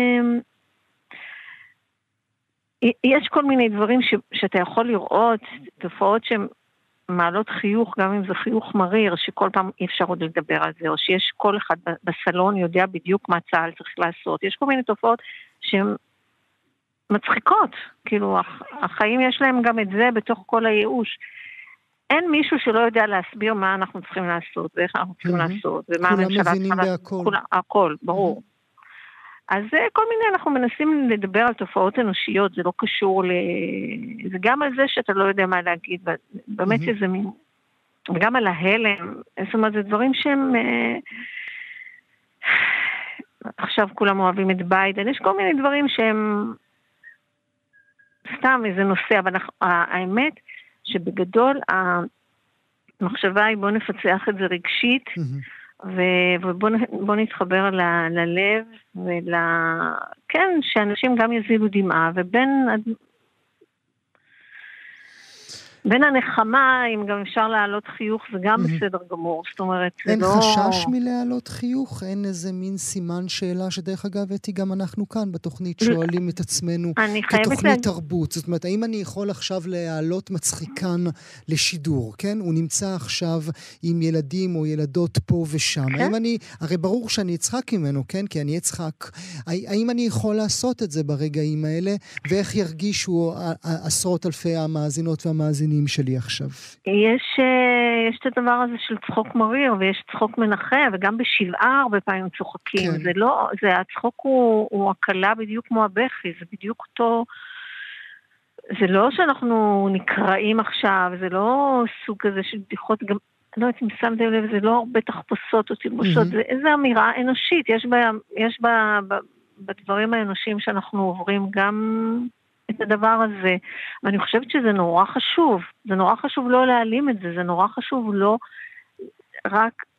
יש כל מיני דברים ש, שאתה יכול לראות, תופעות שהן מעלות חיוך, גם אם זה חיוך מריר, שכל פעם אי אפשר עוד לדבר על זה, או שיש כל אחד בסלון יודע בדיוק מה צהל צריך לעשות. יש כל מיני תופעות שהן מצחיקות, כאילו החיים יש להם גם את זה בתוך כל הייאוש. אין מישהו שלא יודע להסביר מה אנחנו צריכים לעשות, ואיך אנחנו צריכים mm-hmm. לעשות, ומה הממשלה צריכה לעשות. כולם מבינים בהכל. הכל, ברור. Mm-hmm. אז כל מיני, אנחנו מנסים לדבר על תופעות אנושיות, זה לא קשור ל... זה גם על זה שאתה לא יודע מה להגיד, באמת שזה מין... וגם על ההלם, זאת אומרת, זה דברים שהם... עכשיו כולם אוהבים את ביידן, יש כל מיני דברים שהם... סתם איזה נושא, אבל האמת שבגדול המחשבה היא בוא נפצח את זה רגשית, ובוא נתחבר ל, ללב ול... כן, שאנשים גם יזילו דמעה, ובין בין הנחמה, אם גם אפשר להעלות חיוך, זה גם בסדר גמור. זאת אומרת, אין לא... חשש מלהעלות חיוך? אין איזה מין סימן שאלה, שדרך אגב, אתי, גם אנחנו כאן בתוכנית שואלים את עצמנו כתוכנית לה... תרבות. זאת אומרת, האם אני יכול עכשיו להעלות מצחיקן לשידור, כן? הוא נמצא עכשיו עם ילדים או ילדות פה ושם. כן? האם אני, הרי ברור שאני אצחק ממנו, כן? כי אני אצחק. האם אני יכול לעשות את זה ברגעים האלה? ואיך ירגישו עשרות אלפי המאזינות והמאזינים שלי עכשיו? יש, יש את הדבר הזה של צחוק מריר, ויש צחוק מנחם, וגם בשבעה הרבה פעמים צוחקים. כן. זה לא, זה, הצחוק הוא, הוא הקלה בדיוק כמו הבכי, זה בדיוק אותו, זה לא שאנחנו נקראים עכשיו, זה לא סוג כזה של בדיחות, גם, לא יודעת אם שמתם לב, זה לא הרבה תחפושות או תלבושות, mm-hmm. זה איזו אמירה אנושית, יש בה, יש בה, בה, בדברים האנושיים שאנחנו עוברים גם... את הדבר הזה, ואני חושבת שזה נורא חשוב, זה נורא חשוב לא להעלים את זה, זה נורא חשוב לא רק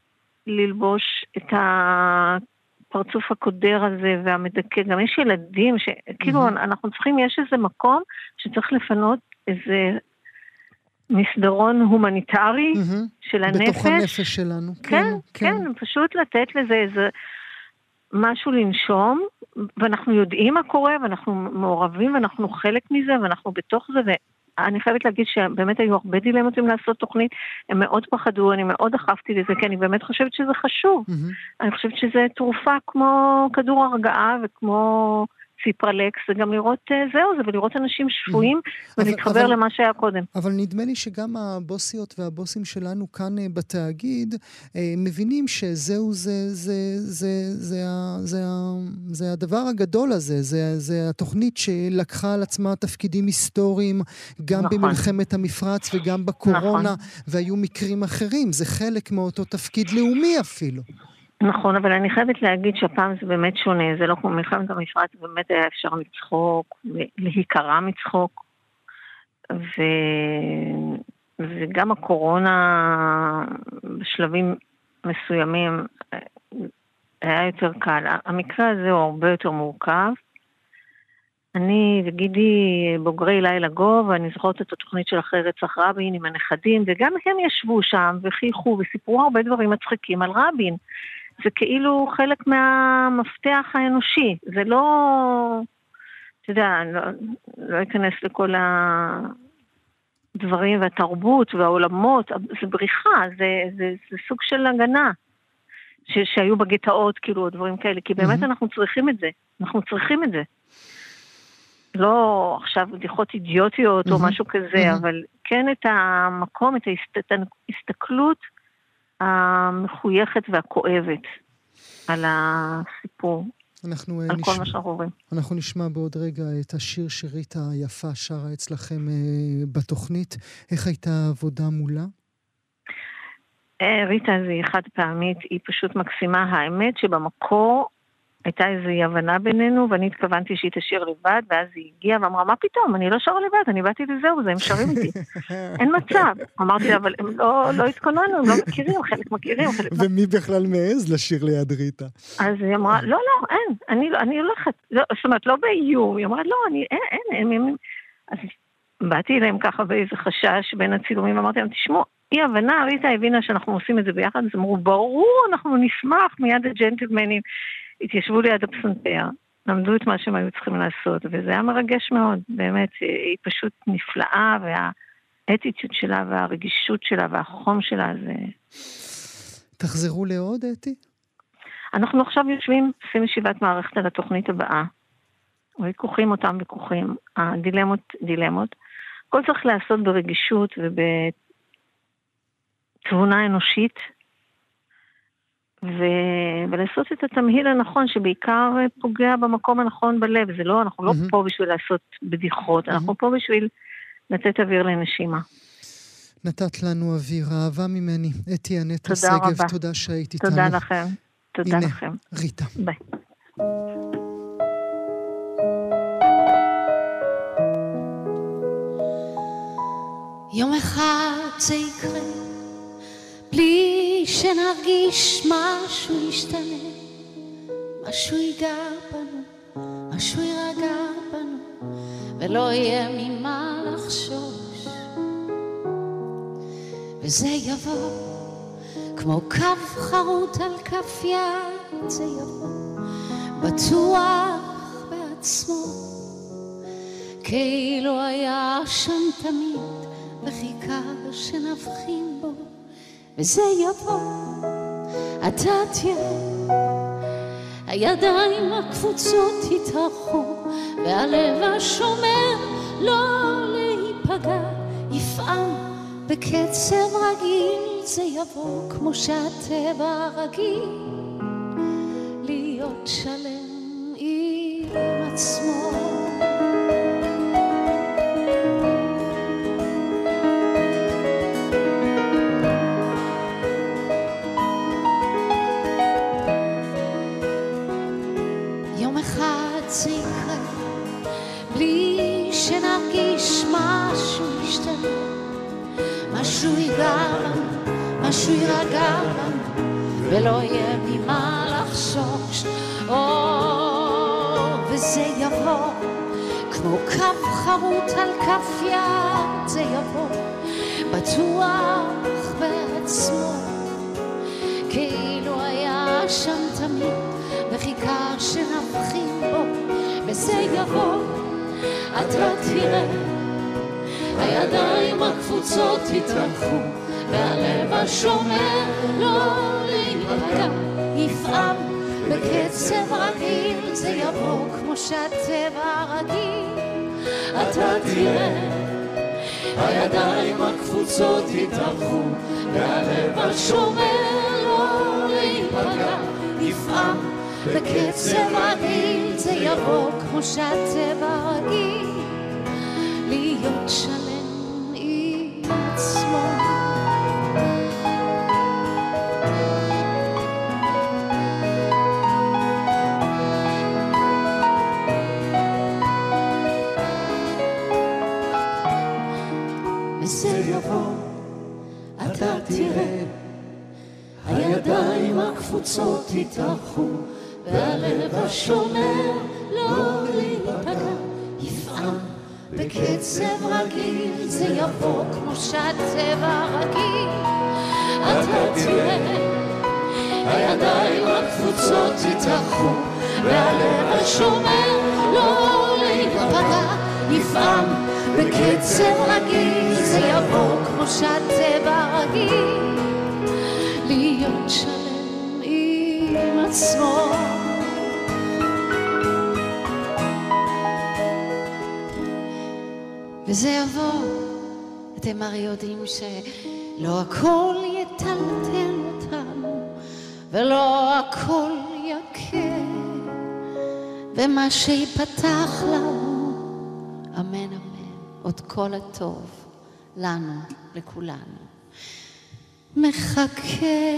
ללבוש את הפרצוף הקודר הזה והמדכא. גם יש ילדים שכאילו mm-hmm. אנחנו צריכים, יש איזה מקום שצריך לפנות איזה מסדרון הומניטרי mm-hmm. של הנפש. בתוך הנפש שלנו. כן, כן, כן, פשוט לתת לזה איזה משהו לנשום, ואנחנו יודעים מה קורה, ואנחנו מעורבים, ואנחנו חלק מזה, ואנחנו בתוך זה, ואני חייבת להגיד שבאמת היו הרבה דילמות אם לעשות תוכנית, הם מאוד פחדו, אני מאוד דחפתי לזה, כי אני באמת חושבת שזה חשוב. Mm-hmm. אני חושבת שזה תרופה כמו כדור הרגעה, וכמו ציפרלקס, זה גם לראות זהו, זה ולראות אנשים שפויים, ולהתחבר אבל, למה שהיה קודם. אבל נדמה לי שגם הבוסיות והבוסים שלנו כאן בתאגיד, מבינים שזהו, זה, זה, זה, זה, זה, זה, זה הדבר הגדול הזה, זה, זה התוכנית שלקחה על עצמה תפקידים היסטוריים, גם נכון. במלחמת המפרץ וגם בקורונה, נכון. והיו מקרים אחרים, זה חלק מאותו תפקיד לאומי אפילו. נכון, אבל אני חייבת להגיד שהפעם זה באמת שונה, זה לא כמו מלחמת המפרץ, באמת היה אפשר לצחוק, להיקרא מצחוק, ו... וגם הקורונה בשלבים מסוימים היה יותר קל. המקרה הזה הוא הרבה יותר מורכב. אני וגידי בוגרי לילה גוב, ואני זוכרת את התוכנית של אחרי רצח רבין עם הנכדים, וגם הם ישבו שם וחייכו וסיפרו הרבה דברים מצחיקים על רבין. זה כאילו חלק מהמפתח האנושי, זה לא, אתה יודע, לא, לא אכנס לכל הדברים והתרבות והעולמות, זה בריחה, זה, זה, זה סוג של הגנה, ש, שהיו בגטאות, כאילו, דברים כאלה, כי באמת mm-hmm. אנחנו צריכים את זה, אנחנו צריכים את זה. לא עכשיו בדיחות אידיוטיות mm-hmm. או משהו כזה, mm-hmm. אבל כן את המקום, את ההסתכלות, המחויכת והכואבת על הסיפור, אנחנו, על נש... כל מה שאנחנו רואים. אנחנו נשמע בעוד רגע את השיר שריטה היפה שרה אצלכם בתוכנית. איך הייתה העבודה מולה? ריטה זה חד פעמית, היא פשוט מקסימה. האמת שבמקור הייתה איזו הבנה בינינו, ואני התכוונתי שהיא תשיר לבד, ואז היא הגיעה ואמרה, מה פתאום? אני לא שרה לבד, אני באתי לזהו, זה, הם שרים איתי. אין מצב. אמרתי לה, אבל הם לא, לא התכוננו, הם לא מכירים, חלק מכירים. חלק ומי בכלל מעז לשיר ליד ריטה? אז היא אמרה, לא, לא, אין, אני, אני הולכת. לא, זאת אומרת, לא באיום. היא אמרה, לא, אני, אין, אין, הם, הם. אז באתי אליהם ככה באיזה חשש בין הצילומים, ואמרתי להם, תשמעו, אי הבנה, ריטה הבינה שאנחנו עושים את זה ביחד, אז אמרו, ברור, אנחנו נשמח מיד הג'נטלמנים. התיישבו ליד הפסנתר, למדו את מה שהם היו צריכים לעשות, וזה היה מרגש מאוד, באמת, היא פשוט נפלאה, והאטיטוד שלה, והרגישות שלה, והחום שלה, זה... תחזרו לעוד, אתי? אנחנו עכשיו יושבים, עושים ישיבת מערכת על התוכנית הבאה, ויכוחים אותם ויכוחים, הדילמות, דילמות, הכל צריך לעשות ברגישות, ובתבונה אנושית, ו... ולעשות את התמהיל הנכון שבעיקר פוגע במקום הנכון בלב. זה לא, אנחנו לא mm-hmm. פה בשביל לעשות בדיחות, mm-hmm. אנחנו פה בשביל לתת אוויר לנשימה. נתת לנו אוויר, אהבה ממני. אתי אנטה שגב, רבה. תודה שהיית איתנו. תודה לכם. תודה הנה, לכם. ריטה. ביי. יום אחד זה יקרה בלי שנרגיש משהו ישתנה, משהו ייגע בנו, משהו יירגע בנו, ולא יהיה ממה לחשוש. וזה יבוא כמו קו חרוט על כף יד, זה יבוא בטוח בעצמו, כאילו היה שם תמיד וחיכה שנבחין בו. וזה יבוא, אתה תראה, הידיים הקפוצות יתארחו, והלב השומר לא להיפגע, יפעם בקצב רגיל. זה יבוא כמו שהטבע רגיל, להיות שלם עם עצמו. זה יקרה בלי שנרגיש משהו ישתנה, משהו ייגע בנו, משהו יירגע בנו, ולא יהיה ממה לחשוש, וזה יבוא כמו כף חרוט על כף יד, זה יבוא בטוח בעצמו, כאילו היה שם תמיד וחיכה שנבחין בו, וזה יבוא, אתה תראה, הידיים הקפוצות יתרחו, והלב השומר לא להיפגע, יפעם בקצב רגיל, זה יבוא כמו שהטבע רגיל, אתה תראה, הידיים הקפוצות יתרחו, והלב השומר לא להיפגע, יפעם בקצב רגיל, זה יבוא כמו שהטבע רגיל, להיות שלם עם עצמו. וזה יבוא, אתה תראה, הידיים הקפוצות יתארחו, והלב השומר לא להיפגע, יפעם בקצב רגיל, זה יבוא כמו שהטבע רגיל, אתה תראה, הידיים הקפוצות יתארחו, והלב השומר לא להיפגע, יפעם בקצב רגיל, זה יבוא כמו שהטבע רגיל, להיות שלם עם עצמו. וזה יבוא, אתם הרי יודעים שלא הכל יטלטל אותנו, ולא הכל יקר, ומה שיפתח לנו, אמן אמן, עוד כל הטוב לנו, לכולנו, מחכה.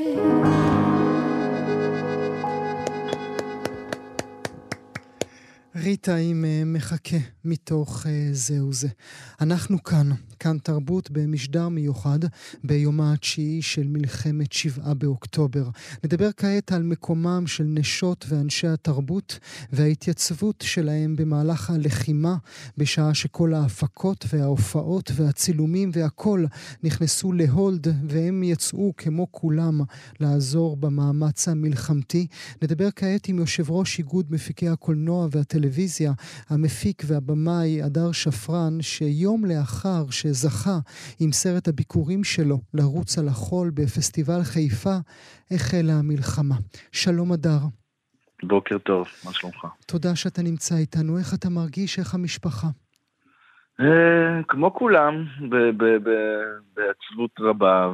ריטה עם מחכה מתוך זהו זה. אנחנו כאן, כאן תרבות במשדר מיוחד ביומה התשיעי של מלחמת שבעה באוקטובר. נדבר כעת על מקומם של נשות ואנשי התרבות וההתייצבות שלהם במהלך הלחימה, בשעה שכל ההפקות וההופעות והצילומים והכל נכנסו להולד, והם יצאו כמו כולם לעזור במאמץ המלחמתי. נדבר כעת עם יושב ראש איגוד מפיקי הקולנוע והטלוויזיה, המפיק והבמאי אדר שפרן, שיום לאחר שזכה עם סרט הביקורים שלו לרוץ על החול בפסטיבל חיפה, החלה המלחמה. שלום אדר. בוקר טוב, מה שלומך? תודה שאתה נמצא איתנו. איך אתה מרגיש? איך המשפחה? כמו כולם, בעצבות רבה,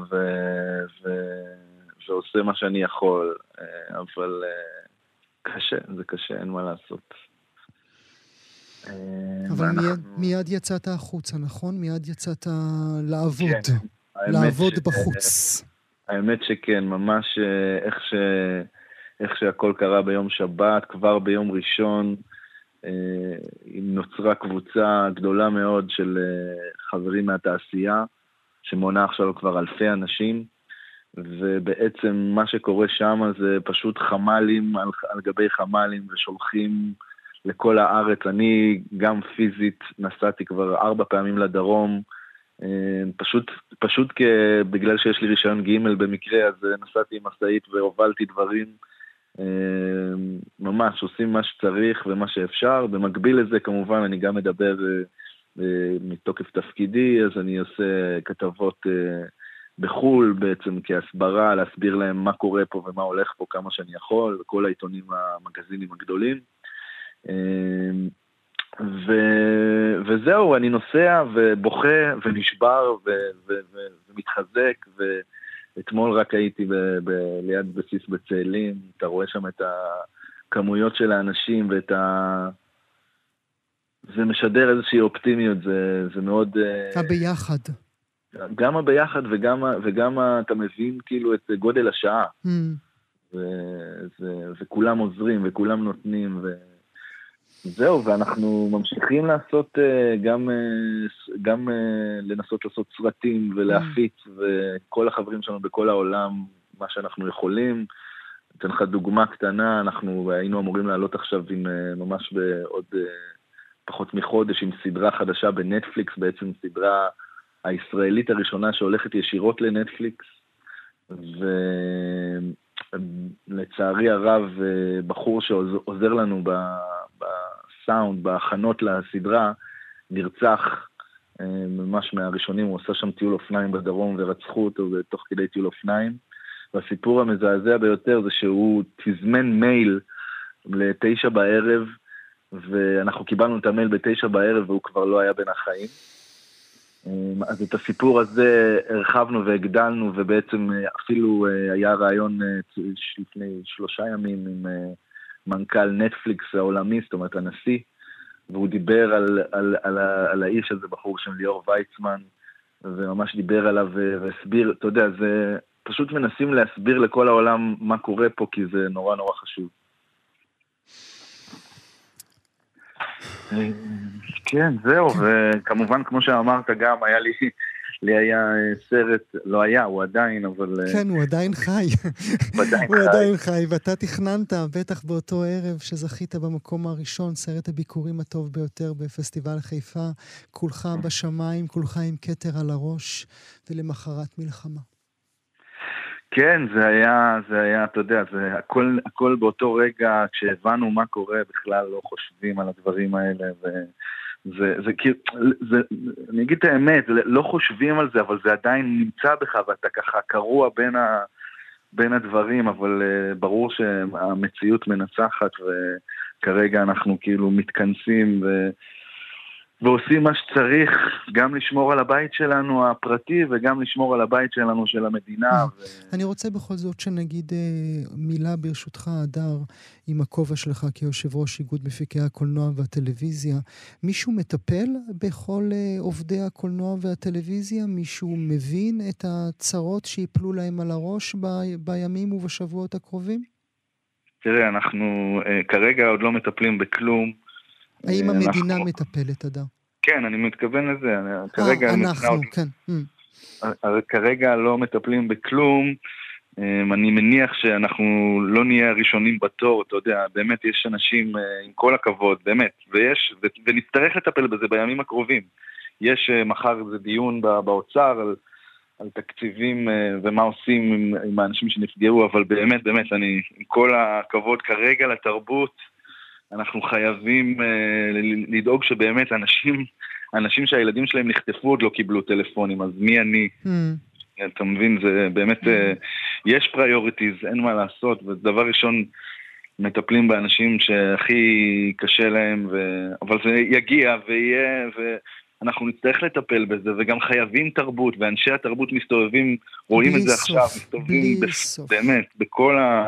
ועושה מה שאני יכול, אבל קשה, זה קשה, אין מה לעשות. אבל מיד, מיד יצאת החוצה, נכון? מיד יצאת לעבוד, כן, לעבוד ש... בחוץ. האמת שכן, ממש איך, ש... איך שהכל קרה ביום שבת, כבר ביום ראשון, נוצרה קבוצה גדולה מאוד של חברים מהתעשייה, שמונה עכשיו כבר אלפי אנשים, ובעצם מה שקורה שם זה פשוט חמלים על, על גבי חמלים, ושולחים לכל הארץ. אני גם פיזית נסעתי כבר ארבע פעמים לדרום, פשוט, פשוט בגלל שיש לי רישיון ג' במקרה, אז נסעתי עם מסעית והובלתי דברים, ממש עושים מה שצריך ומה שאפשר. במקביל לזה כמובן אני גם מדבר מתוקף תפקידי, אז אני עושה כתבות בחול בעצם כהסברה, להסביר להם מה קורה פה ומה הולך פה כמה שאני יכול, וכל העיתונים המגזינים הגדולים. ו... וזהו, אני נוסע ובוכה ונשבר ו... ו... ו... ומתחזק, ואתמול רק הייתי ב... ב... ליד בסיס בצאלים, אתה רואה שם את הכמויות של האנשים ואת ה... זה משדר איזושהי אופטימיות, זה, זה מאוד... הביחד. גם הביחד וגם, וגם אתה מבין כאילו את גודל השעה. Mm. ו... זה... וכולם עוזרים וכולם נותנים ו... זהו, ואנחנו ממשיכים לעשות, גם, גם לנסות לעשות סרטים ולהפיץ, וכל החברים שלנו בכל העולם מה שאנחנו יכולים. אתן לך דוגמה קטנה, אנחנו היינו אמורים לעלות עכשיו עם ממש בעוד פחות מחודש עם סדרה חדשה בנטפליקס, בעצם סדרה הישראלית הראשונה שהולכת ישירות לנטפליקס, ולצערי הרב בחור שעוזר לנו בסאונד, בהכנות לסדרה, נרצח ממש מהראשונים, הוא עושה שם טיול אופניים בדרום ורצחו אותו תוך כדי טיול אופניים. והסיפור המזעזע ביותר זה שהוא תזמן מייל לתשע בערב, ואנחנו קיבלנו את המייל בתשע בערב והוא כבר לא היה בין החיים. אז את הסיפור הזה הרחבנו והגדלנו, ובעצם אפילו היה רעיון לפני שלושה ימים עם מנכ"ל נטפליקס העולמי, זאת אומרת הנשיא, והוא דיבר על, על, על, על האיש הזה, בחור שם ליאור ויצמן, וממש דיבר עליו והסביר, אתה יודע, זה פשוט מנסים להסביר לכל העולם מה קורה פה, כי זה נורא נורא חשוב. כן, זהו, וכמובן, כמו שאמרת גם, היה לי, לי היה סרט, לא היה, הוא עדיין, אבל... כן, הוא עדיין חי. הוא עדיין חי, ואתה תכננת, בטח באותו ערב שזכית במקום הראשון, סרט הביקורים הטוב ביותר בפסטיבל חיפה, כולך בשמיים, כולך עם כתר על הראש, ולמחרת מלחמה. כן, זה היה, זה היה, אתה יודע, זה הכל, הכל באותו רגע, כשהבנו מה קורה, בכלל לא חושבים על הדברים האלה, וזה, זה כאילו, זה, אני אגיד את האמת, לא חושבים על זה, אבל זה עדיין נמצא בך, ואתה ככה קרוע בין ה, בין הדברים, אבל ברור שהמציאות מנצחת, וכרגע אנחנו כאילו מתכנסים, ו... ועושים מה שצריך, גם לשמור על הבית שלנו הפרטי, וגם לשמור על הבית שלנו של המדינה. ו... אני רוצה בכל זאת שנגיד מילה ברשותך, אדר, עם הכובע שלך כיושב ראש איגוד מפיקי הקולנוע והטלוויזיה. מישהו מטפל בכל עובדי הקולנוע והטלוויזיה? מישהו מבין את הצרות שיפלו להם על הראש ב... בימים ובשבועות הקרובים? תראה, אנחנו כרגע עוד לא מטפלים בכלום. האם המדינה מטפלת, אדר? כן, אני מתכוון לזה. כרגע אנחנו, כן. כרגע לא מטפלים בכלום. אני מניח שאנחנו לא נהיה הראשונים בתור, אתה יודע, באמת יש אנשים עם כל הכבוד, באמת, ויש, ונצטרך לטפל בזה בימים הקרובים. יש מחר איזה דיון באוצר על, על תקציבים ומה עושים עם, עם האנשים שנפגעו, אבל באמת, באמת, אני, עם כל הכבוד כרגע לתרבות, אנחנו חייבים uh, לדאוג שבאמת אנשים, אנשים שהילדים שלהם נחטפו עוד לא קיבלו טלפונים, אז מי אני? Mm. אתה מבין, זה באמת, mm. uh, יש פריוריטיז, אין מה לעשות, ודבר ראשון, מטפלים באנשים שהכי קשה להם, ו... אבל זה יגיע ויהיה, ואנחנו נצטרך לטפל בזה, וגם חייבים תרבות, ואנשי התרבות מסתובבים, רואים את זה סוף, עכשיו, מסתובבים ב... באמת, בכל ה...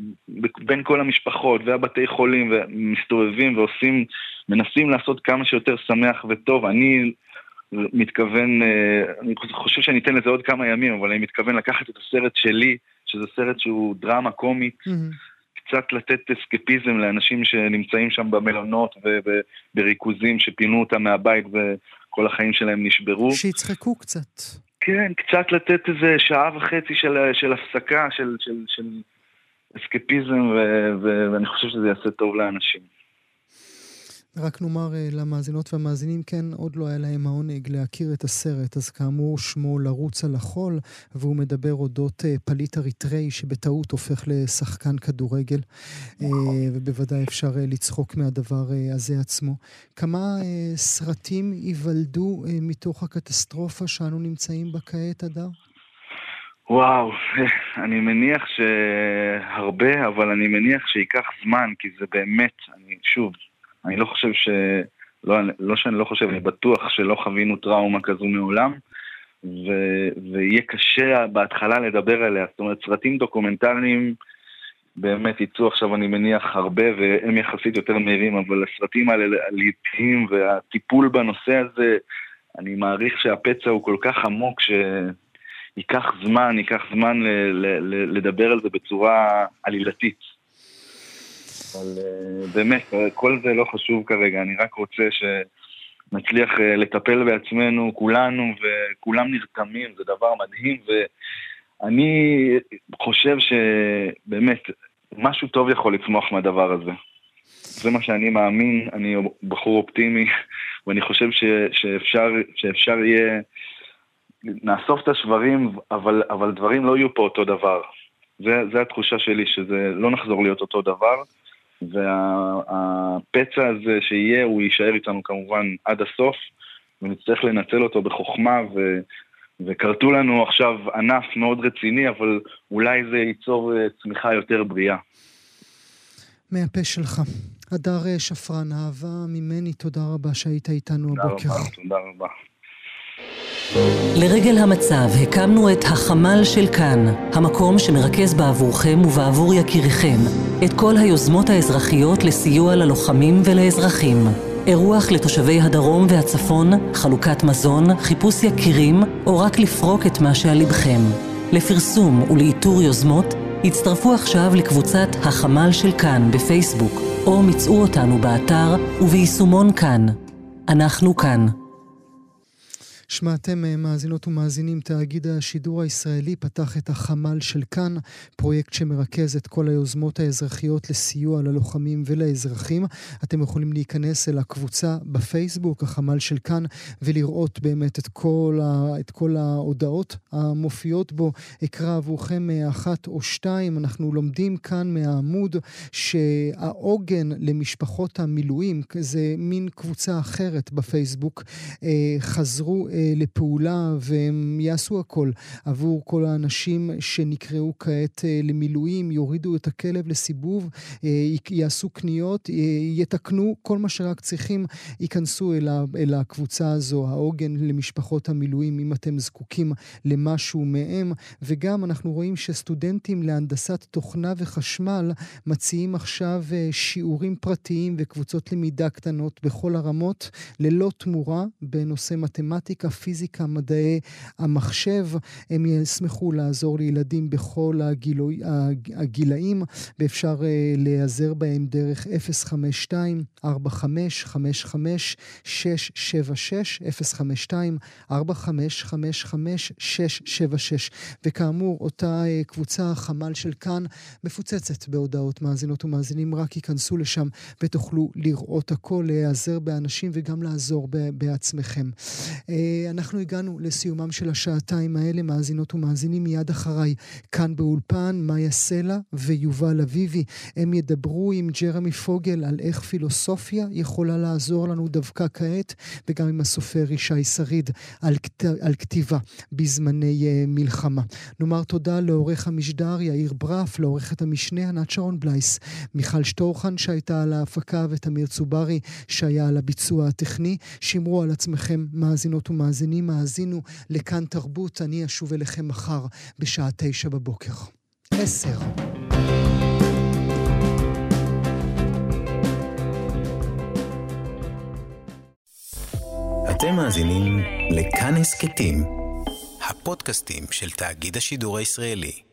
בין כל המשפחות והבתי חולים, ומסתובבים ועושים, מנסים לעשות כמה שיותר שמח וטוב. אני מתכוון, אני חושב שאני אתן לזה עוד כמה ימים, אבל אני מתכוון לקחת את הסרט שלי, שזה סרט שהוא דרמה קומית, mm-hmm. קצת לתת אסקפיזם לאנשים שנמצאים שם במלונות ובריכוזים שפינו אותם מהבית וכל החיים שלהם נשברו. שיצחקו קצת. כן, קצת לתת איזה שעה וחצי של, של הפסקה, של, של, של אסקפיזם, ו- ו- ואני חושב שזה יעשה טוב לאנשים. רק נאמר למאזינות והמאזינים, כן, עוד לא היה להם העונג להכיר את הסרט, אז כאמור שמו לרוץ על החול, והוא מדבר אודות פליט אריתראי שבטעות הופך לשחקן כדורגל, ובוודאי אפשר לצחוק מהדבר הזה עצמו. כמה סרטים ייוולדו מתוך הקטסטרופה שאנו נמצאים בה כעת, אדר? וואו, אני מניח שהרבה, אבל אני מניח שייקח זמן, כי זה באמת, אני שוב, אני לא חושב ש... לא, לא שאני לא חושב, אני בטוח שלא חווינו טראומה כזו מעולם, ו... ויהיה קשה בהתחלה לדבר עליה. זאת אומרת, סרטים דוקומנטריים באמת יצאו עכשיו, אני מניח, הרבה, והם יחסית יותר מהירים, אבל הסרטים האלה לעיתים והטיפול בנושא הזה, אני מעריך שהפצע הוא כל כך עמוק ש... ייקח זמן, ייקח זמן ל- ל- ל- לדבר על זה בצורה עלילתית. אבל uh, באמת, כל זה לא חשוב כרגע, אני רק רוצה שנצליח uh, לטפל בעצמנו, כולנו, וכולם נרתמים, זה דבר מדהים, אני חושב שבאמת משהו טוב יכול לצמוח מהדבר הזה. זה מה שאני מאמין, אני בחור אופטימי, ואני חושב ש, שאפשר, שאפשר יהיה, נאסוף את השברים, אבל, אבל דברים לא יהיו פה אותו דבר. זה, זה התחושה שלי, שזה לא נחזור להיות אותו דבר, והפצע הזה שיהיה, הוא יישאר איתנו כמובן עד הסוף, ונצטרך לנצל אותו בחוכמה, ו, וקרתו לנו עכשיו ענף מאוד רציני, אבל אולי זה ייצור צמיחה יותר בריאה. מהפה שלך. הדר שפרן, אהבה ממני, תודה רבה שהיית איתנו הבוקר. תודה רבה, תודה רבה. לרגל המצב הקמנו את החמ"ל של כאן, המקום שמרכז בעבורכם ובעבור יקיריכם את כל היוזמות האזרחיות לסיוע ללוחמים ולאזרחים. אירוח לתושבי הדרום והצפון, חלוקת מזון, חיפוש יקירים או רק לפרוק את מה שעל לבכם. לפרסום ולאיתור יוזמות, הצטרפו עכשיו לקבוצת החמ"ל של כאן בפייסבוק, או מצאו אותנו באתר וביישומון כאן. אנחנו כאן. שמעתם מאזינות ומאזינים, תאגיד השידור הישראלי פתח את החמ"ל של כאן, פרויקט שמרכז את כל היוזמות האזרחיות לסיוע ללוחמים ולאזרחים. אתם יכולים להיכנס אל הקבוצה בפייסבוק, החמ"ל של כאן, ולראות באמת את כל, ה, את כל ההודעות המופיעות בו. אקרא עבורכם אחת או שתיים. אנחנו לומדים כאן מהעמוד שהעוגן למשפחות המילואים, זה מין קבוצה אחרת בפייסבוק, חזרו לפעולה, והם יעשו הכל עבור כל האנשים שנקראו כעת למילואים, יורידו את הכלב לסיבוב, יעשו קניות, יתקנו כל מה שרק צריכים, ייכנסו אל, ה, אל הקבוצה הזו, העוגן למשפחות המילואים, אם אתם זקוקים למשהו מהם. וגם אנחנו רואים שסטודנטים להנדסת תוכנה וחשמל מציעים עכשיו שיעורים פרטיים וקבוצות למידה קטנות בכל הרמות, ללא תמורה, בנושא מתמטיקה, פיזיקה, מדעי המחשב. הם ישמחו לעזור לילדים בכל הגילו, הגילאים, ואפשר uh, להיעזר בהם דרך אפס חמש שתיים ארבע חמש חמש חמש שש שבע שש, אפס חמש שתיים ארבע חמש חמש חמש שש שבע שש. וכאמור, אותה uh, קבוצה חמ"ל של כאן מפוצצת בהודעות. מאזינות ומאזינים, רק ייכנסו לשם ותוכלו לראות הכל, להיעזר באנשים וגם לעזור ב- בעצמכם. Uh, אנחנו הגענו לסיומם של השעתיים האלה. מאזינות ומאזינים, מיד אחריי כאן באולפן מאיה סלע ויובל אביבי. הם ידברו עם ג'רמי פוגל על איך פילוסופיה יכולה לעזור לנו דווקא כעת, וגם עם הסופר ישי שריד על, על כתיבה בזמני uh, מלחמה. נאמר תודה לעורך המשדר יאיר ברף, לעורכת המשנה ענת שרון בלייס, מיכל שטורחן שהייתה על ההפקה, ותמיר צוברי שהיה על הביצוע הטכני. שמרו על עצמכם, מאזינות ומאזינים. מאזינו לכאן תרבות. אני אשוב אליכם מחר בשעה תשע בבוקר. עשר. אתם מאזינים לכאן הסכתים, הפודקאסטים של תאגיד השידור הישראלי.